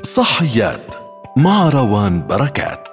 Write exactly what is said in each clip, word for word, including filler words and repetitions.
صحيات مع روان بركات.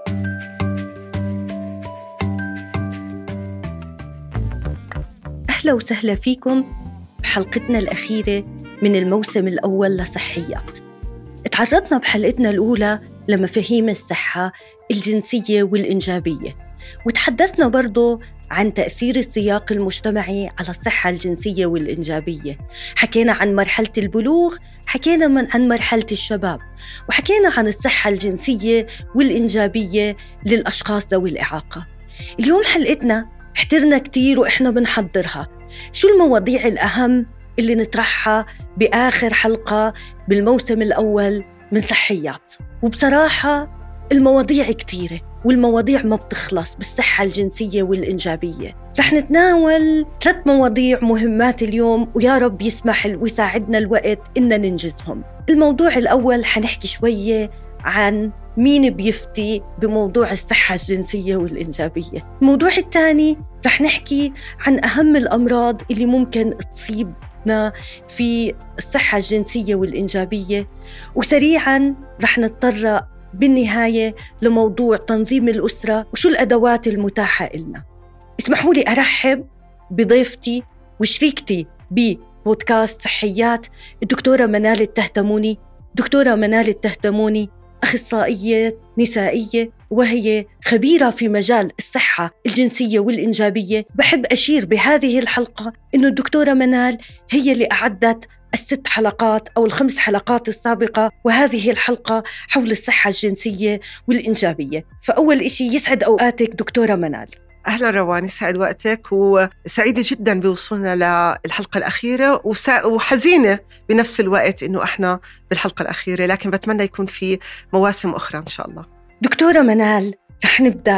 أهلا وسهلا فيكم بحلقتنا الأخيرة من الموسم الأول لصحيات. اتعرضنا بحلقتنا الأولى لمفاهيم الصحة الجنسية والإنجابية، وتحدثنا برضو عن تأثير السياق المجتمعي على الصحة الجنسية والإنجابية. حكينا عن مرحلة البلوغ، حكينا من عن مرحلة الشباب، وحكينا عن الصحة الجنسية والإنجابية للأشخاص ذوي الإعاقة. اليوم حلقتنا احترنا كتير وإحنا بنحضرها. شو المواضيع الأهم اللي نطرحها بآخر حلقة بالموسم الأول من صحيات؟ وبصراحة المواضيع كتيرة، والمواضيع ما بتخلص بالصحة الجنسية والإنجابية. رح نتناول ثلاث مواضيع مهمات اليوم، ويا رب يسمح ويساعدنا الوقت إن ننجزهم. الموضوع الأول حنحكي شوية عن مين بيفتي بموضوع الصحة الجنسية والإنجابية. الموضوع الثاني رح نحكي عن أهم الأمراض اللي ممكن تصيبنا في الصحة الجنسية والإنجابية، وسريعاً رح نضطر بالنهاية لموضوع تنظيم الأسرة وشو الأدوات المتاحة إلنا. اسمحوا لي أرحب بضيفتي وشريكتي ببودكاست صحيات الدكتورة منال التهتموني. دكتورة منال التهتموني أخصائية نسائية، وهي خبيرة في مجال الصحة الجنسية والإنجابية. بحب أشير بهذه الحلقة إنه الدكتورة منال هي اللي أعدت الست حلقات أو الخمس حلقات السابقة، وهذه الحلقة حول الصحة الجنسية والإنجابية. فأول إشي يسعد أوقاتك دكتورة منال. أهلا روان، يسعد وقتك، وسعيدة جدا بوصولنا للحلقة الأخيرة، وحزينة بنفس الوقت إنه إحنا بالحلقة الأخيرة، لكن بتمنى يكون في مواسم أخرى إن شاء الله. دكتورة منال، رح نبدأ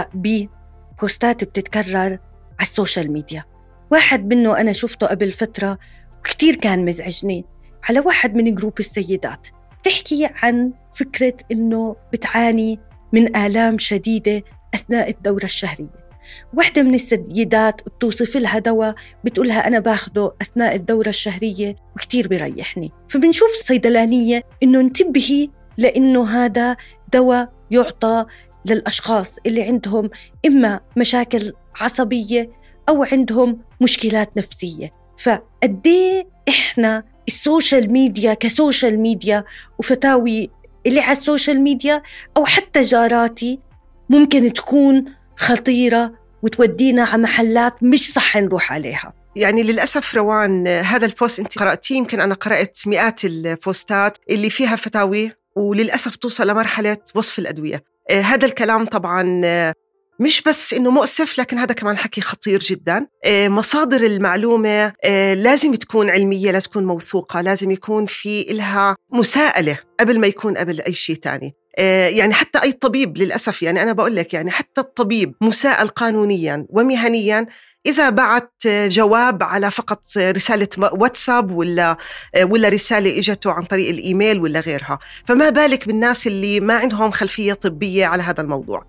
ببوستات بتتكرر على السوشيال ميديا. واحد منه أنا شفته قبل فترة وكتير كان مزعجني، على واحد من جروب السيدات تحكي عن فكرة إنه بتعاني من آلام شديدة أثناء الدورة الشهرية. واحدة من السيدات بتوصف لها دواء، بتقولها أنا باخده أثناء الدورة الشهرية وكتير بيريحني. فبنشوف الصيدلانية إنه انتبهي لأنه هذا دواء يعطى للأشخاص اللي عندهم إما مشاكل عصبية أو عندهم مشكلات نفسية. فقديه إحنا السوشيال ميديا كسوشيال ميديا وفتاوي اللي على السوشيال ميديا أو حتى جاراتي ممكن تكون خطيرة وتودينا على محلات مش صح نروح عليها. يعني للأسف روان، هذا البوست أنت قرأتيه، يمكن أنا قرأت مئات البوستات اللي فيها فتاوي وللأسف توصل لمرحلة وصف الأدوية. آه هذا الكلام طبعاً آه مش بس إنه مؤسف، لكن هذا كمان حكي خطير جداً. آه مصادر المعلومة آه لازم تكون علمية، لازم تكون موثوقة، لازم يكون في إلها مساءلة قبل ما يكون قبل أي شيء تاني. يعني حتى أي طبيب للأسف، يعني أنا بقول لك يعني حتى الطبيب مساءل قانونيا ومهنيا إذا بعت جواب على فقط رسالة واتساب ولا ولا رسالة إجته عن طريق الإيميل ولا غيرها، فما بالك بالناس اللي ما عندهم خلفية طبية على هذا الموضوع.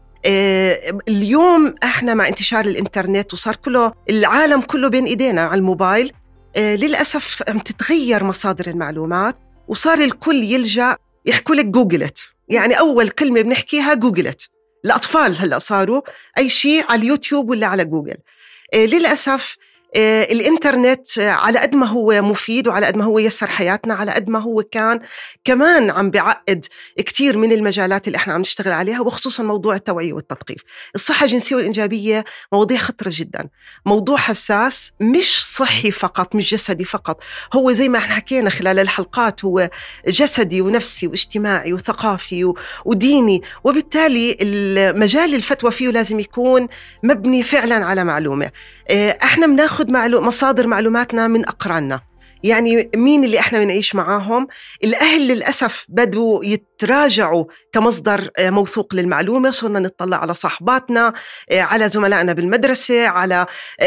اليوم احنا مع انتشار الإنترنت وصار كله العالم كله بين إيدينا على الموبايل، للأسف عم تتغير مصادر المعلومات، وصار الكل يلجأ يحكوا لك جوجلت. يعني أول كلمة بنحكيها جوجلت. الأطفال هلأ صاروا أي شيء على اليوتيوب ولا على جوجل. آه للأسف آه الإنترنت آه على قد ما هو مفيد وعلى قد ما هو يسر حياتنا، على قد ما هو كان كمان عم بيعقد كتير من المجالات اللي احنا عم نشتغل عليها، وخصوصا موضوع التوعية والتثقيف. الصحة الجنسية والإنجابية مواضيع خطرة جدا، موضوع حساس، مش صحي فقط، مش جسدي فقط، هو زي ما احنا حكينا خلال الحلقات هو جسدي ونفسي واجتماعي وثقافي وديني، وبالتالي المجال الفتوى فيه لازم يكون مبني فعلا على معلومة. احنا بناخد معلو... مصادر معلوماتنا من أقراننا، يعني مين اللي احنا بنعيش معاهم. الأهل للأسف بدوا يتراجعوا كمصدر موثوق للمعلومة، صرنا نطلع على صاحباتنا، على زملائنا بالمدرسة، على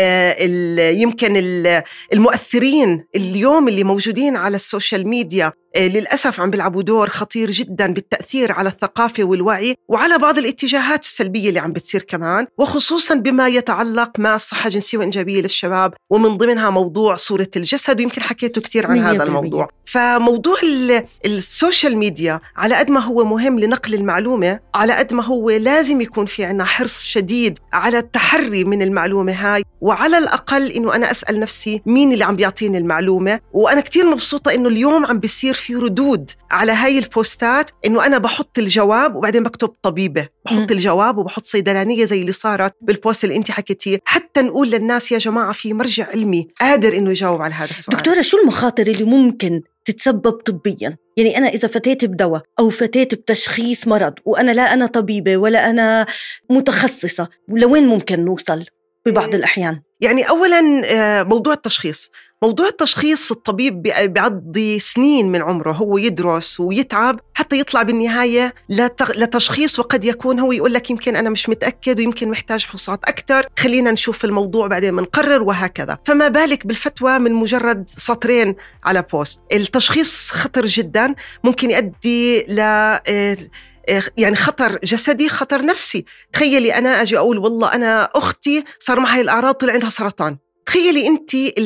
يمكن المؤثرين اليوم اللي موجودين على السوشيال ميديا للأسف عم بيلعبوا دور خطير جدا بالتأثير على الثقافة والوعي وعلى بعض الاتجاهات السلبية اللي عم بتصير كمان، وخصوصا بما يتعلق مع الصحة الجنسية والإنجابية للشباب، ومن ضمنها موضوع صورة الجسد، ويمكن حكيته كتير عن هذا الموضوع. فموضوع السوشيال ميديا على قد ما هو مهم لنقل المعلومة، على قد ما هو لازم يكون في عنا حرص شديد على التحري من المعلومة هاي، وعلى الأقل إنه أنا أسأل نفسي مين اللي عم بيعطيني المعلومة. وأنا كتير مبسوطة إنه اليوم عم بيصير في ردود على هاي البوستات، إنه أنا بحط الجواب وبعدين بكتب طبيبة، بحط الجواب وبحط صيدلانية زي اللي صارت بالبوست اللي أنت حكيتيه، حتى نقول للناس يا جماعة في مرجع علمي قادر إنه يجاوب على هذا السؤال. دكتورة، شو المخاطر اللي ممكن تتسبب طبياً؟ يعني أنا إذا فتيت بدواء أو فتيت بتشخيص مرض وأنا لا أنا طبيبة ولا أنا متخصصة، لوين ممكن نوصل ببعض الأحيان؟ يعني أولاً موضوع التشخيص موضوع التشخيص الطبيب بيعضي سنين من عمره، هو يدرس ويتعب حتى يطلع بالنهاية لتشخيص، وقد يكون هو يقول لك يمكن أنا مش متأكد ويمكن محتاج فحوصات أكتر، خلينا نشوف الموضوع بعدين منقرر، وهكذا. فما بالك بالفتوى من مجرد سطرين على بوست. التشخيص خطر جدا، ممكن يؤدي ل يعني خطر جسدي، خطر نفسي. تخيلي أنا أجي أقول والله أنا أختي صار معها الأعراض طلع عندها سرطان، تخيلي أنت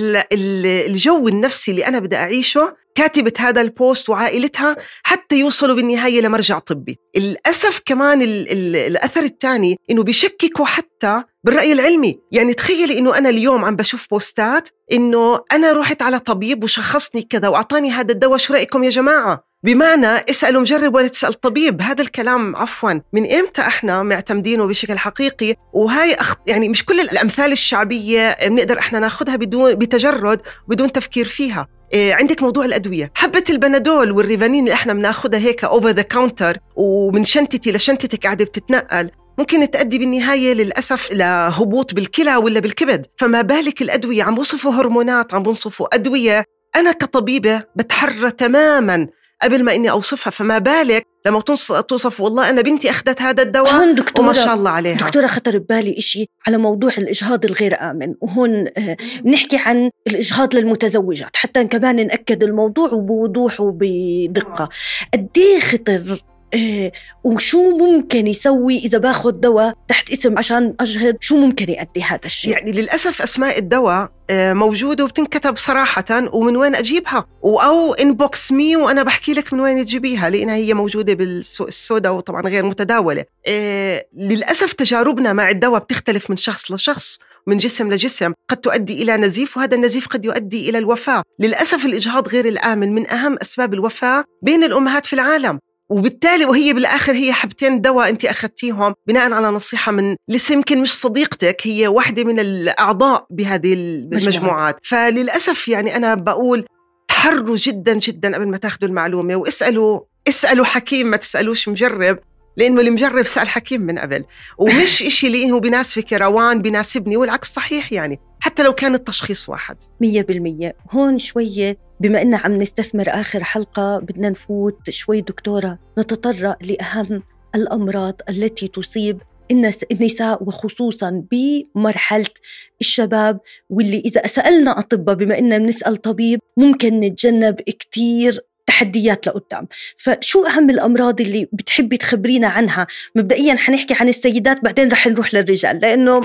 الجو النفسي اللي أنا بدي أعيشه كاتبة هذا البوست وعائلتها حتى يوصلوا بالنهاية لمرجع طبي. الأسف كمان ال ال الأثر الثاني إنه بيشككوا حتى بالرأي العلمي. يعني تخيلي إنه أنا اليوم عم بشوف بوستات إنه أنا رحت على طبيب وشخصني كذا وأعطاني هذا الدواء، شو رأيكم يا جماعة؟ بمعنى اسألوا مجرب ولا تسأل طبيب. هذا الكلام عفوا من إمتى احنا معتمدينه بشكل حقيقي؟ وهاي أخ... يعني مش كل الأمثال الشعبية بنقدر احنا ناخدها بدون بتجرد بدون تفكير فيها. إيه عندك موضوع الأدوية، حبة البنادول والريفانين اللي احنا بناخدها هيك over the counter ومن شنتتي لشنتتك قاعدة بتتنقل، ممكن تؤدي بالنهاية للأسف لهبوط بالكلى ولا بالكبد. فما بالك الأدوية، عم بوصفوا هرمونات، عم بوصفوا أدوية. أنا كطبيبة بتحرى تماماً قبل ما إني أوصفها، فما بالك لما توصف والله أنا بنتي أخذت هذا الدواء وما شاء الله عليها. دكتورة، خطر ببالي إشي على موضوع الإجهاض الغير آمن، وهون بنحكي عن الإجهاض للمتزوجات حتى كمان نأكد الموضوع وبوضوح وبدقة. قديه خطر إيه، وشو ممكن يسوي إذا باخذ دواء تحت اسم عشان أجهض؟ شو ممكن يؤدي هذا الشيء؟ يعني للأسف أسماء الدواء موجودة وبتنكتب صراحة، ومن وين أجيبها، أو إنبوكس مي وأنا بحكي لك من وين تجيبيها، لأنها هي موجودة بالسوق السوداء وطبعا غير متداولة. إيه للأسف تجاربنا مع الدواء بتختلف من شخص لشخص، من جسم لجسم، قد تؤدي إلى نزيف، وهذا النزيف قد يؤدي إلى الوفاة. للأسف الإجهاض غير الآمن من أهم أسباب الوفاة بين الأمهات في العالم، وبالتالي وهي بالآخر هي حبتين دواء أنت أخذتيهم بناء على نصيحة من لسه يمكن مش صديقتك، هي واحدة من الأعضاء بهذه المجموعات. فللأسف يعني أنا بقول تحروا جدا جدا قبل ما تاخذوا المعلومة، واسألوا اسألوا حكيم، ما تسألوش مجرب، لأنه المجرب سأل حكيم من قبل، ومش إشي لأنه بناسبك روان بناسبني، والعكس صحيح. يعني حتى لو كان التشخيص واحد. مية بالمية. هون شوية بما أننا عم نستثمر آخر حلقة، بدنا نفوت شوي دكتورة نتطرق لأهم الأمراض التي تصيب النساء وخصوصاً بمرحلة الشباب، واللي إذا سألنا أطباء بما أننا بنسأل طبيب ممكن نتجنب كتير تحديات لقدام. فشو أهم الأمراض اللي بتحبي تخبرينا عنها؟ مبدئياً حنحكي عن السيدات، بعدين رح نروح للرجال، لأنه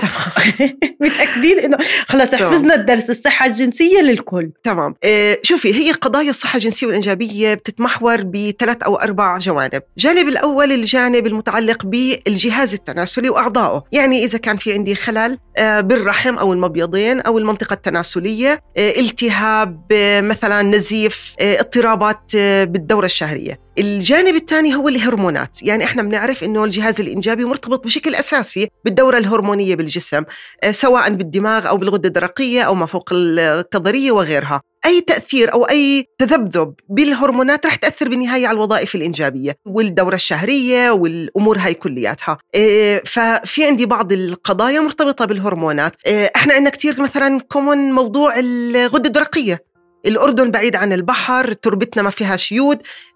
متأكدين إنه خلاص حفظنا الدرس الصحة الجنسية للكل. تمام. إيه شوفي، هي قضايا الصحة الجنسية والإنجابية بتتمحور بثلاث أو أربع جوانب. جانب الأول الجانب المتعلق بالجهاز التناسلي وأعضائه، يعني إذا كان في عندي خلل بالرحم أو المبيضين أو المنطقة التناسلية، التهاب مثلا، نزيف، اضطرابات بالدورة الشهرية. الجانب الثاني هو الهرمونات، يعني احنا بنعرف انه الجهاز الانجابي مرتبط بشكل اساسي بالدورة الهرمونية بالجسم، سواء بالدماغ او بالغدة الدرقية او ما فوق الكظرية وغيرها. اي تأثير او اي تذبذب بالهرمونات رح تأثر بالنهاية على الوظائف الانجابية والدورة الشهرية والامور هاي كلياتها. ففي عندي بعض القضايا مرتبطة بالهرمونات. احنا عندنا كتير مثلا كومن موضوع الغدة الدرقية، الأردن بعيد عن البحر، تربتنا ما فيها شيود،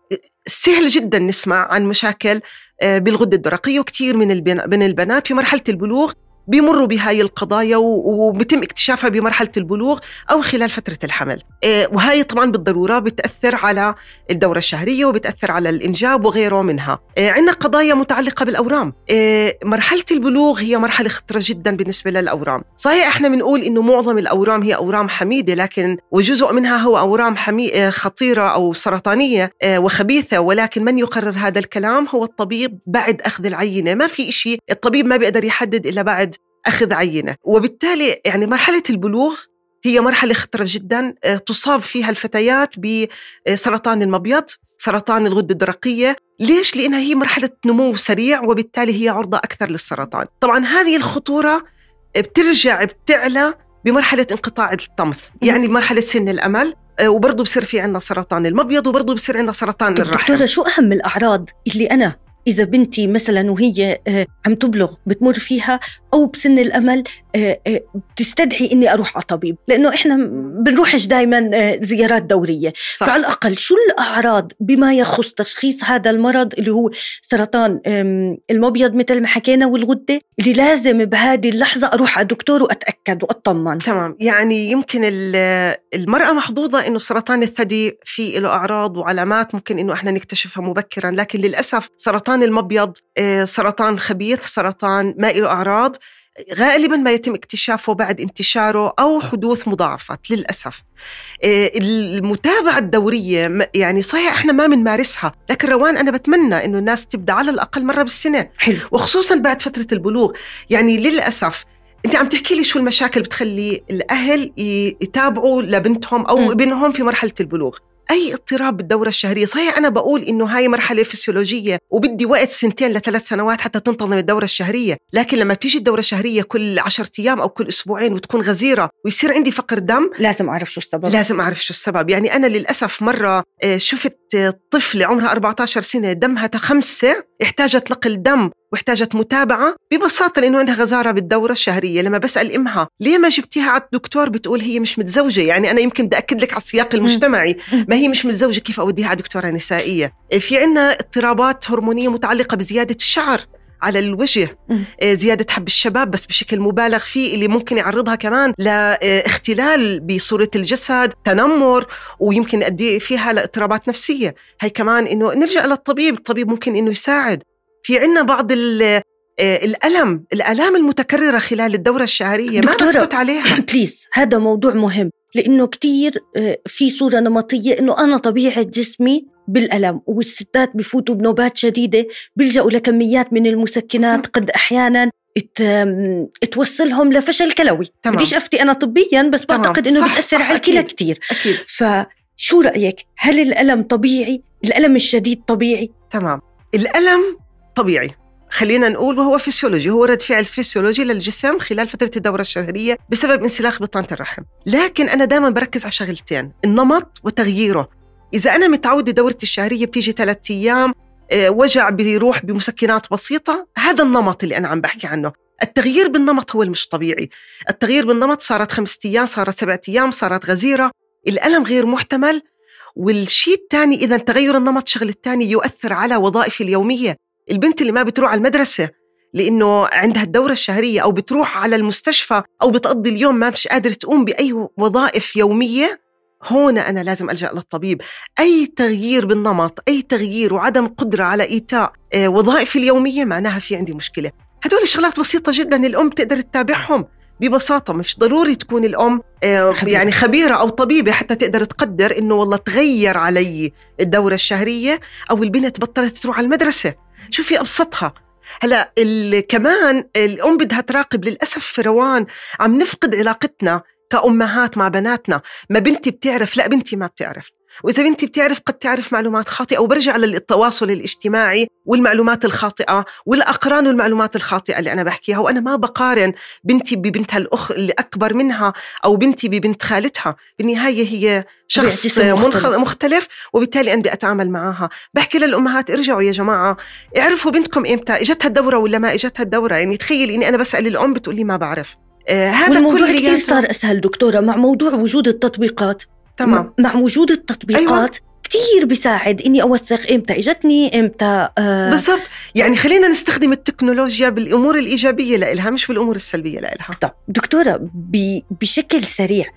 سهل جدا نسمع عن مشاكل بالغدة الدرقية، وكتير من من البنات في مرحلة البلوغ بيمروا بهاي القضايا وبيتم اكتشافها بمرحلة البلوغ أو خلال فترة الحمل. وهاي طبعا بالضرورة بتأثر على الدورة الشهرية وبتأثر على الإنجاب وغيره منها. عندنا قضايا متعلقة بالأورام. مرحلة البلوغ هي مرحلة خطرة جدا بالنسبة للأورام. صحيح احنا بنقول إنه معظم الأورام هي أورام حميدة، لكن وجزء منها هو أورام حمي... خطيرة أو سرطانية وخبيثة، ولكن من يقرر هذا الكلام هو الطبيب بعد أخذ العينة. ما في إشي الطبيب ما بيقدر يحدد إلا بعد أخذ عينة. وبالتالي يعني مرحلة البلوغ هي مرحلة خطرة جدا تصاب فيها الفتيات بسرطان المبيض، سرطان الغدة الدرقية. ليش؟ لأنها هي مرحلة نمو سريع وبالتالي هي عرضة أكثر للسرطان. طبعا هذه الخطورة بترجع بتعلى بمرحلة انقطاع الطمث، يعني بمرحلة سن الأمل، وبرضه بصير في عنا سرطان المبيض، وبرضه بصير عنا سرطان الرحم. دكتورة، شو أهم الأعراض اللي أنا إذا بنتي مثلا وهي عم تبلغ بتمر فيها أو بسن الأمل تستدعي إني أروح على طبيب؟ لأنه إحنا بنروحش دايما زيارات دورية. صح. فعلى الأقل شو الأعراض بما يخص تشخيص هذا المرض اللي هو سرطان المبيض مثل ما حكينا والغدة، اللي لازم بهذه اللحظة أروح على دكتور وأتأكد وأطمن؟ تمام. يعني يمكن المرأة محظوظة إنه سرطان الثدي فيه له أعراض وعلامات ممكن إنه إحنا نكتشفها مبكرا، لكن للأسف سرطان المبيض سرطان خبيث، سرطان ما له أعراض، غالبا ما يتم اكتشافه بعد انتشاره أو حدوث مضاعفات للأسف. المتابعة الدورية يعني صحيح احنا ما بنمارسها، لكن روان أنا بتمنى إنه الناس تبدأ على الأقل مرة بالسنة. حلو. وخصوصا بعد فترة البلوغ. يعني للأسف أنت عم تحكي لي شو المشاكل بتخلي الأهل يتابعوا لبنتهم أو م. ابنهم في مرحلة البلوغ. أي اضطراب بالدورة الشهرية. صحيح أنا بقول إنه هاي مرحلة فسيولوجية وبدي وقت سنتين لثلاث سنوات حتى تنتظم الدورة الشهرية، لكن لما تيجي الدورة الشهرية كل عشرة أيام أو كل أسبوعين وتكون غزيرة ويصير عندي فقر دم، لازم أعرف شو السبب. لازم أعرف شو السبب. يعني أنا للأسف مرة شفت طفلة عمرها أربعة عشر سنة دمها خمسة، احتاجت نقل دم واحتاجت متابعة ببساطة لأنه عندها غزارة بالدورة الشهرية. لما بسأل إمها ليه ما جبتيها على الدكتور بتقول هي مش متزوجة. يعني أنا يمكن بدي أكد لك على السياق المجتمعي، ما هي مش متزوجة كيف أوديها على دكتورة نسائية. في عنا اضطرابات هرمونية متعلقة بزيادة الشعر على الوجه، زيادة حب الشباب بس بشكل مبالغ فيه، اللي ممكن يعرضها كمان لاختلال بصورة الجسد، تنمر، ويمكن يؤدي فيها لاضطرابات نفسية. هي كمان إنه نرجع للطبيب، الطبيب ممكن إنه يساعد. في عنا بعض الألم الألام المتكررة خلال الدورة الشهرية ما بسكت عليها. بليز، هذا موضوع مهم لأنه كتير في صورة نمطية إنه أنا طبيعة جسمي بالألم، والستات بفوتوا بنوبات شديدة بيلجأوا لكميات من المسكنات قد أحيانا توصلهم لفشل كلوي. بديش أفتي أنا طبيا، بس بعتقد إنه بتأثر على الكلى كتير. أكيد. فشو رأيك؟ هل الألم طبيعي؟ الألم الشديد طبيعي؟ تمام. الألم طبيعي خلينا نقول، وهو فسيولوجي، هو رد فعل فسيولوجي للجسم خلال فترة الدورة الشهرية بسبب انسلاخ بطانة الرحم. لكن أنا دائما بركز على شغلتين: النمط وتغييره. إذا أنا متعودة دورتي الشهرية بتيجي ثلاثة أيام، اه وجع بيروح بمسكنات بسيطة، هذا النمط اللي أنا عم بحكي عنه. التغيير بالنمط هو المش طبيعي. التغيير بالنمط صارت خمسة أيام، صارت سبعة أيام، صارت غزيرة، الألم غير محتمل. والشيء الثاني، إذا تغير النمط شغل الثاني يؤثر على وظائف اليومية. البنت اللي ما بتروح على المدرسة لأنه عندها الدورة الشهرية، أو بتروح على المستشفى، أو بتقضي اليوم ما مش قادرة تقوم بأي وظائف يومية، هنا أنا لازم ألجأ للطبيب. أي تغيير بالنمط، أي تغيير وعدم قدرة على إيتاء وظائف اليومية، معناها في عندي مشكلة. هدول شغلات بسيطة جدا الأم تقدر تتابعهم ببساطة. مش ضروري تكون الأم خبيرة. يعني خبيرة أو طبيبة حتى تقدر تقدر إنه والله تغير علي الدورة الشهرية، أو البنت بطلت تروح على المدرسة. شوفي أبسطها. هلا كمان الأم بدها تراقب. للأسف في روان عم نفقد علاقتنا كأمهات مع بناتنا. ما بنتي بتعرف، لا بنتي ما بتعرف، وإذا بنتي بتعرف قد تعرف معلومات خاطئة. وبرجع للتواصل الاجتماعي والمعلومات الخاطئة والأقران والمعلومات الخاطئة اللي أنا بحكيها. وأنا ما بقارن بنتي ببنتها الأخ اللي أكبر منها، أو بنتي ببنت خالتها. بالنهاية هي شخص مختلف. مختلف، وبالتالي أنا بأتعامل معها. بحكي للأمهات ارجعوا يا جماعة، اعرفوا بنتكم إمتى إجتها الدورة ولا ما إجتها الدورة. يعني تخيل إني أنا بسأل الأم بتقولي ما بعرف. آه هذا والموضوع كتير صار أسهل دكتورة مع موضوع وجود التطبيقات. تمام. مع وجود التطبيقات. أيوة. كتير بيساعد إني أوثق إمتى إجتني إمتى آه بالضبط. يعني خلينا نستخدم التكنولوجيا بالأمور الإيجابية لإلها مش بالأمور السلبية لإلها. طب دكتورة بشكل سريع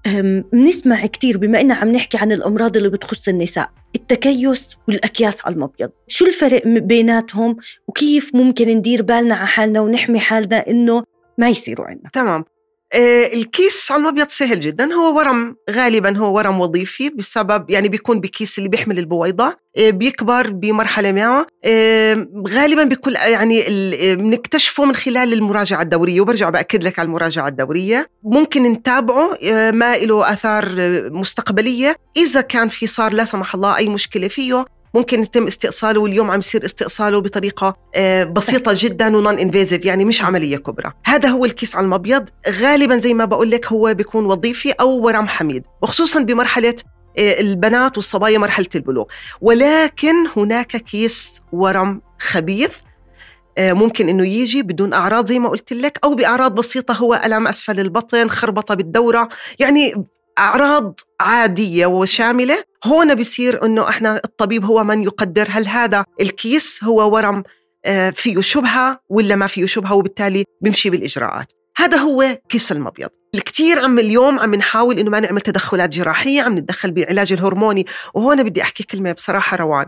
بنسمع كتير بما إننا عم نحكي عن الأمراض اللي بتخص النساء، التكيس والأكياس على المبيض، شو الفرق بيناتهم وكيف ممكن ندير بالنا على حالنا ونحمي حالنا إنه ما يصيروا عنا؟ تمام. آه الكيس على المبيض سهل جدا، هو ورم، غالبا هو ورم وظيفي بسبب يعني بيكون بكيس اللي بيحمل البويضة، آه بيكبر بمرحلة ما، آه غالبا بيكون يعني بنكتشفه من خلال المراجعة الدورية، وبرجع بأكد لك على المراجعة الدورية. ممكن نتابعه آه ما له آثار مستقبلية، إذا كان في صار لا سمح الله أي مشكلة فيه ممكن يتم استئصاله، واليوم عم يصير استئصاله بطريقة بسيطة جدا ونون انفيزيف، يعني مش عملية كبرى. هذا هو الكيس على المبيض، غالبا زي ما بقول لك هو بيكون وظيفي أو ورم حميد، وخصوصا بمرحلة البنات والصبايا مرحلة البلوغ. ولكن هناك كيس ورم خبيث ممكن إنه يجي بدون أعراض زي ما قلت لك، أو بأعراض بسيطة، هو ألم أسفل البطن، خربطة بالدورة، يعني أعراض عادية وشاملة. هون بيصير أنه إحنا الطبيب هو من يقدر هل هذا الكيس هو ورم فيه شبهة ولا ما فيه شبهة، وبالتالي بيمشي بالإجراءات. هذا هو كيس المبيض. الكثير عم اليوم عم نحاول إنه ما نعمل تدخلات جراحية، عم نتدخل بالعلاج الهرموني. وهون بدي أحكي كلمة بصراحة روان،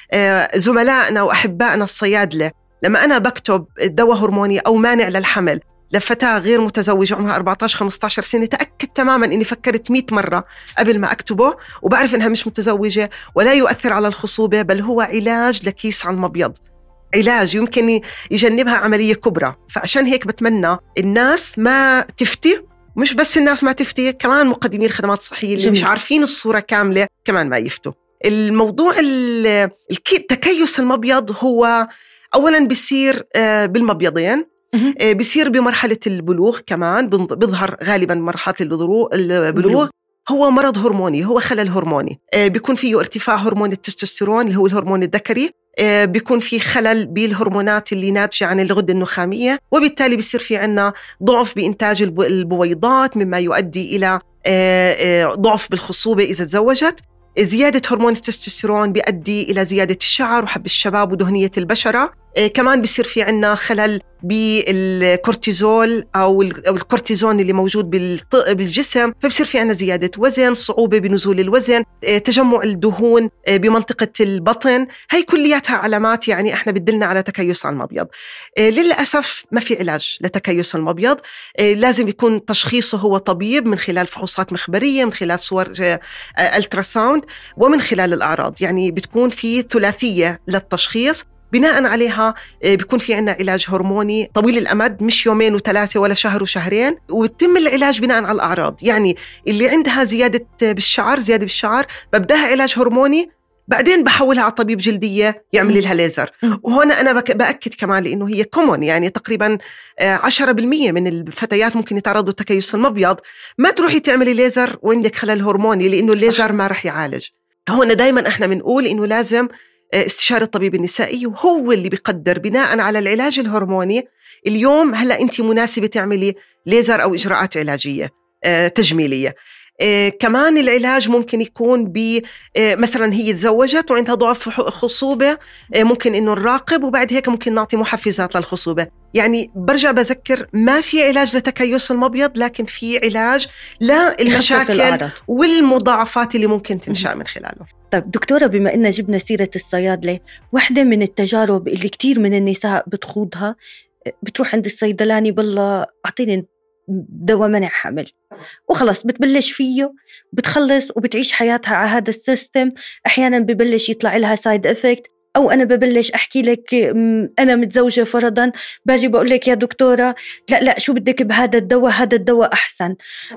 زملائنا وأحبائنا الصيادلة، لما أنا بكتب دواء هرموني أو مانع للحمل لفتاة غير متزوجة عمرها أربعة عشر خمسة عشر سنة، تأكد تماماً إني فكرت مئة مرة قبل ما أكتبه، وبعرف إنها مش متزوجة ولا يؤثر على الخصوبة، بل هو علاج لكيس على المبيض، علاج يمكن يجنبها عملية كبرى. فعشان هيك بتمنى الناس ما تفتي، مش بس الناس ما تفتي، كمان مقدمين الخدمات الصحية اللي جميل. مش عارفين الصورة كاملة كمان ما يفتوا. الموضوع التكيس المبيض هو أولاً بيصير بالمبيضين، بيصير بمرحلة البلوغ، كمان بيظهر غالباً مرحلة البلوغ. هو مرض هرموني، هو خلل هرموني، بيكون فيه ارتفاع هرمون التستوستيرون اللي هو الهرمون الذكري، بيكون فيه خلل بالهرمونات اللي ناتجة عن الغدة النخامية، وبالتالي بيصير في عنا ضعف بإنتاج البويضات، مما يؤدي إلى ضعف بالخصوبة إذا تزوجت. زيادة هرمون التستوستيرون بيؤدي إلى زيادة الشعر وحب الشباب ودهنية البشرة. إيه كمان بيصير في عنا خلل بالكورتيزول أو الكورتيزون اللي موجود بالجسم، فبيصير في عنا زيادة وزن، صعوبة بنزول الوزن، إيه تجمع الدهون إيه بمنطقة البطن. هاي كلياتها علامات يعني إحنا بدلنا على تكيس على المبيض. إيه للأسف ما في علاج لتكيس المبيض، إيه لازم يكون تشخيصه هو طبيب من خلال فحوصات مخبرية، من خلال صور التراساوند، ومن خلال الأعراض. يعني بتكون في ثلاثية للتشخيص، بناء عليها بيكون في عنا علاج هرموني طويل الأمد، مش يومين وثلاثة ولا شهر وشهرين، ويتم العلاج بناء على الأعراض. يعني اللي عندها زيادة بالشعر زيادة بالشعر ببدأها علاج هرموني، بعدين بحولها على طبيب جلدية يعمل لها ليزر. وهنا أنا بأكد كمان لأنه هي كومون، يعني تقريبا عشرة بالمية من الفتيات ممكن يتعرضوا لتكيس المبيض. ما تروحي تعملي ليزر وعندك خلل هرموني، لأنه الليزر ما رح يعالج. هنا دايما احنا بنقول إنه لازم استشارة الطبيب النسائي، وهو اللي بيقدر بناء على العلاج الهرموني. اليوم هلأ أنت مناسبة تعملي ليزر أو إجراءات علاجية تجميلية. كمان العلاج ممكن يكون ب مثلا هي تزوجت وعندها ضعف خصوبة، ممكن إنه نراقب، وبعد هيك ممكن نعطي محفزات للخصوبة. يعني برجع بذكر ما في علاج لتكيس المبيض، لكن في علاج للمشاكل والمضاعفات اللي ممكن تنشأ من خلاله. طيب دكتورة، بما إن جبنا سيرة الصيادلة، واحدة من التجارب اللي كتير من النساء بتخوضها، بتروح عند الصيدلاني بالله أعطيني دواء منع حمل، وخلص بتبلش فيه، بتخلص وبتعيش حياتها على هذا السيستم. أحيانا ببلش يطلع لها سايد إفكت، أو أنا ببلش أحكي لك أنا متزوجة فرضاً، باجي بقول لك يا دكتورة لا لا شو بدك بهذا الدواء، هذا الدواء أحسن.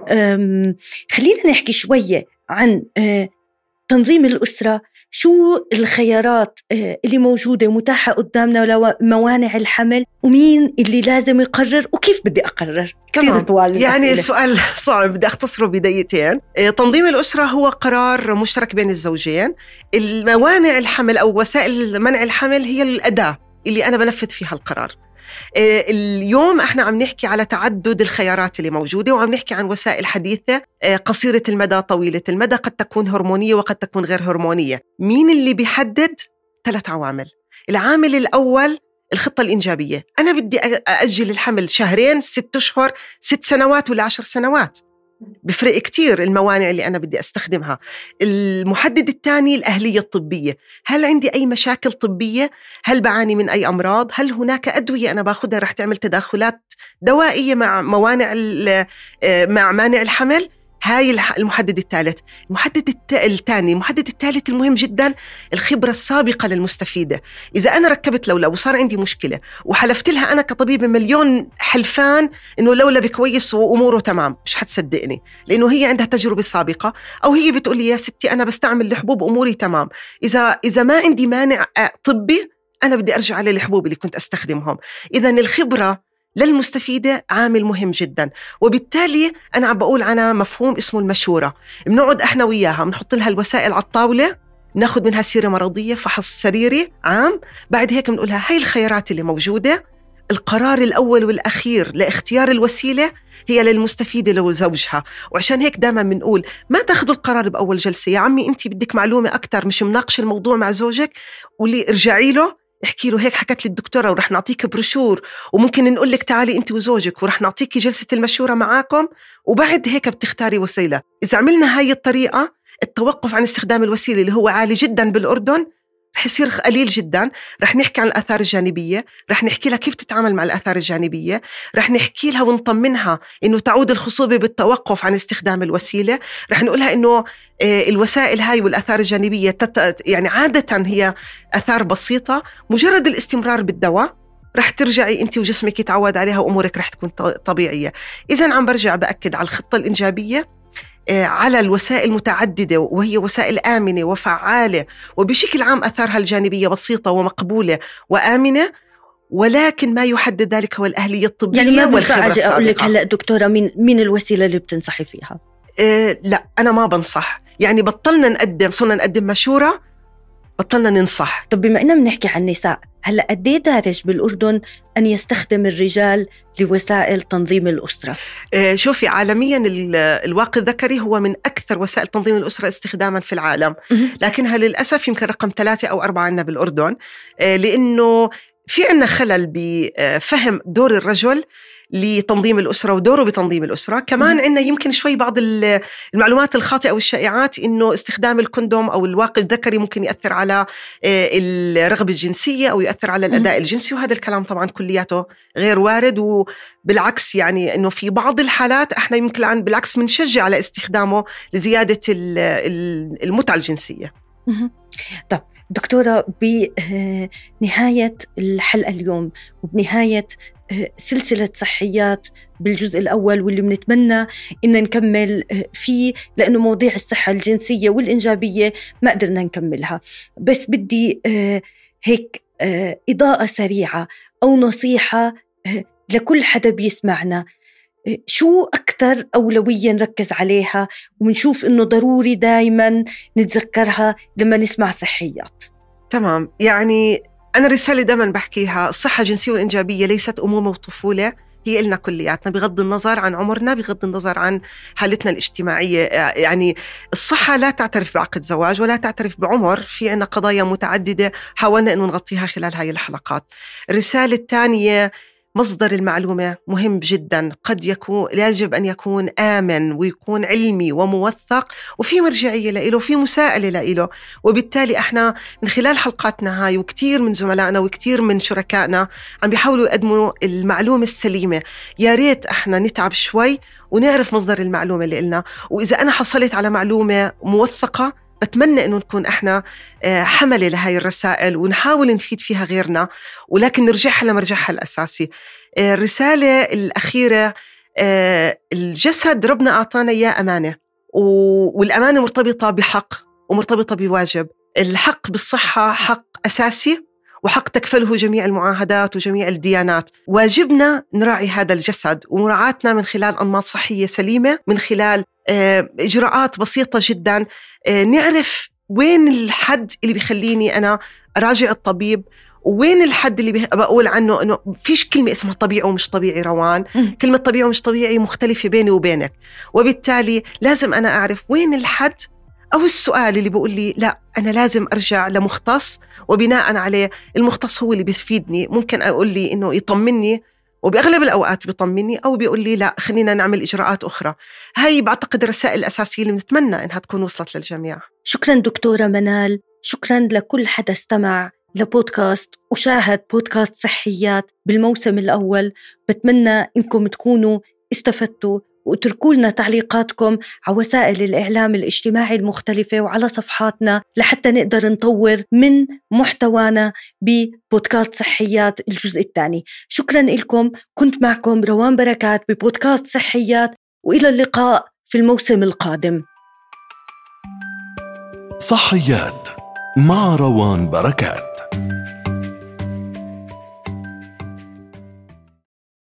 خلينا نحكي شوية عن تنظيم الأسرة. شو الخيارات اللي موجودة متاحة قدامنا لموانع الحمل، ومين اللي لازم يقرر، وكيف بدي أقرر؟ كثير طوال يعني السؤال صعب، بدي أختصره بدقيقتين. تنظيم الأسرة هو قرار مشترك بين الزوجين. الموانع الحمل أو وسائل منع الحمل هي الأداة اللي أنا بنفذ فيها القرار. اليوم احنا عم نحكي على تعدد الخيارات اللي موجودة، وعم نحكي عن وسائل حديثة قصيرة المدى طويلة المدى، قد تكون هرمونية وقد تكون غير هرمونية. مين اللي بيحدد؟ ثلاث عوامل. العامل الأول الخطة الإنجابية، أنا بدي أأجل الحمل شهرين، ست أشهر، ست سنوات ولا عشر سنوات، بفرق كتير الموانع اللي أنا بدي أستخدمها. المحدد الثاني الأهلية الطبية، هل عندي أي مشاكل طبية؟ هل بعاني من أي أمراض؟ هل هناك أدوية أنا باخدها رح تعمل تداخلات دوائية مع موانع مع مانع الحمل؟ هاي المحدد الثالث. المحدد الثاني المحدد الثالث المهم جدا الخبرة السابقة للمستفيدة. إذا أنا ركبت لولا وصار عندي مشكلة وحلفت لها أنا كطبيب مليون حلفان إنه لولا بكويس وأموره تمام، مش حتصدقني، لأنه هي عندها تجربة سابقة، أو هي بتقولي يا ستي أنا بستعمل الحبوب أموري تمام. إذا إذا ما عندي مانع طبي أنا بدي أرجع على الحبوب اللي كنت أستخدمهم. إذن الخبرة للمستفيدة عامل مهم جدا. وبالتالي أنا عم بقول أنا مفهوم اسمه المشورة. بنقعد إحنا وياها بنحط لها الوسائل على الطاولة، ناخد منها سيرة مرضية، فحص سريري عام، بعد هيك بنقولها هاي الخيارات اللي موجودة. القرار الأول والأخير لاختيار الوسيلة هي للمستفيدة لو زوجها. وعشان هيك دائما بنقول ما تاخدوا القرار بأول جلسة. يا عمي أنت بدك معلومة أكتر، مش مناقش الموضوع مع زوجك، واللي ارجعي له احكي له هيك حكت لي الدكتورة ورح نعطيك بروشور، وممكن نقول لك تعالي انت وزوجك ورح نعطيكي جلسة المشورة معاكم، وبعد هيك بتختاري وسيلة. إذا عملنا هاي الطريقة، التوقف عن استخدام الوسيلة اللي هو عالي جدا بالأردن رح يصير قليل جدا. رح نحكي عن الآثار الجانبية، رح نحكي لها كيف تتعامل مع الآثار الجانبية، رح نحكي لها ونطمنها إنه تعود الخصوبة بالتوقف عن استخدام الوسيلة، رح نقولها إنه الوسائل هاي والآثار الجانبية تت... يعني عادة هي آثار بسيطة، مجرد الاستمرار بالدواء رح ترجعي أنت وجسمك يتعود عليها وأمورك رح تكون طبيعية. إذن عم برجع بأكد على الخطة الإنجابية، على الوسائل متعددة وهي وسائل آمنة وفعالة، وبشكل عام أثارها الجانبية بسيطة ومقبولة وآمنة، ولكن ما يحدد ذلك هو الأهلية الطبية يعني ما والخبرة السابقة. أقول لك هلأ دكتورة مين مين الوسيلة اللي بتنصحي فيها؟ إيه لا أنا ما بنصح، يعني بطلنا نقدم، صرنا نقدم مشورة، بطلنا ننصح. طب بما إننا بنحكي عن النساء، هلأ قد ايه دارج بالأردن أن يستخدم الرجال لوسائل تنظيم الأسرة؟ آه شوفي عالميا الواقي الذكري هو من أكثر وسائل تنظيم الأسرة استخداما في العالم، لكنها للأسف يمكن رقم ثلاثة أو أربعة عنا بالأردن، آه لأنه في عنا خلل بفهم دور الرجل لتنظيم الأسرة ودوره بتنظيم الأسرة. كمان عندنا يمكن شوي بعض المعلومات الخاطئة والشائعات إنه استخدام الكندوم أو الواقي الذكري ممكن يأثر على الرغبة الجنسية أو يأثر على الأداء الجنسي، وهذا الكلام طبعا كلياته غير وارد، وبالعكس يعني إنه في بعض الحالات إحنا يمكن عن بالعكس منشجع على استخدامه لزيادة المتعة الجنسية. طب دكتورة، بنهاية الحلقة اليوم وبنهاية سلسلة صحيات بالجزء الأول واللي بنتمنى إن نكمل فيه، لأنه مواضيع الصحة الجنسية والإنجابية ما قدرنا نكملها، بس بدي هيك إضاءة سريعة أو نصيحة لكل حدا بيسمعنا، شو أكتر أولوية نركز عليها ونشوف إنه ضروري دايما نتذكرها لما نسمع صحيات؟ تمام، يعني أنا رسالة دائما بحكيها، الصحة الجنسية والإنجابية ليست أمومة وطفولة، هي إلنا كلياتنا بغض النظر عن عمرنا، بغض النظر عن حالتنا الاجتماعية. يعني الصحة لا تعترف بعقد زواج ولا تعترف بعمر، في عنا قضايا متعددة حاولنا أنه نغطيها خلال هاي الحلقات. الرسالة الثانية، مصدر المعلومة مهم جدا، قد يكون يجب أن يكون آمن ويكون علمي وموثق وفي مرجعية له وفي مساءلة له. وبالتالي احنا من خلال حلقاتنا هاي وكتير من زملائنا وكتير من شركائنا عم بيحاولوا يقدموا المعلومة السليمة. يا ريت احنا نتعب شوي ونعرف مصدر المعلومة اللي لنا، وإذا أنا حصلت على معلومة موثقة بتمنى أنه نكون إحنا حملة لهاي الرسائل ونحاول نفيد فيها غيرنا، ولكن نرجعها لمرجعها الأساسي. الرسالة الأخيرة، الجسد ربنا أعطانا إياه أمانة، والأمانة مرتبطة بحق ومرتبطة بواجب. الحق بالصحة حق أساسي وحق تكفله جميع المعاهدات وجميع الديانات. واجبنا نراعي هذا الجسد، ومراعاتنا من خلال أنماط صحية سليمة، من خلال إجراءات بسيطة جدا، نعرف وين الحد اللي بيخليني أنا أراجع الطبيب وين الحد اللي بقول عنه إنه فيش كلمة اسمها طبيعي ومش طبيعي روان. مم. كلمة طبيعي ومش طبيعي مختلفة بيني وبينك، وبالتالي لازم أنا أعرف وين الحد أو السؤال اللي بقول لي لا أنا لازم أرجع لمختص، وبناء عليه المختص هو اللي بيفيدني. ممكن أقول لي إنه يطمني، وبأغلب الأوقات بيطمني، أو بيقول لي لا خلينا نعمل إجراءات أخرى. هاي بعتقد الرسائل الأساسية اللي بنتمنى إنها تكون وصلت للجميع. شكراً دكتورة منال، شكراً لكل حدا استمع لبودكاست وشاهد بودكاست صحيات بالموسم الأول. بتمنى إنكم تكونوا استفدتوا، واتركوا لنا تعليقاتكم على وسائل الإعلام الاجتماعي المختلفة وعلى صفحاتنا لحتى نقدر نطور من محتوانا ببودكاست صحيات الجزء الثاني. شكراً لكم، كنت معكم روان بركات ببودكاست صحيات، وإلى اللقاء في الموسم القادم. صحيات مع روان بركات.